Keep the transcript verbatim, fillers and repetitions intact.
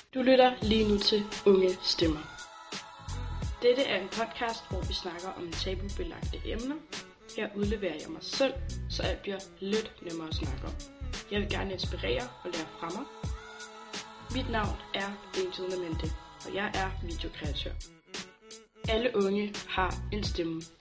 Du lytter lige nu til Unge Stemmer. Dette er en podcast, hvor vi snakker om tabubelagte emner. Her udleverer jeg mig selv, så alt bliver lidt nemmere at snakke om. Jeg vil gerne inspirere og lære fra mig. Mit navn er Angel Namente, og jeg er videokreatør. Alle unge har en stemme.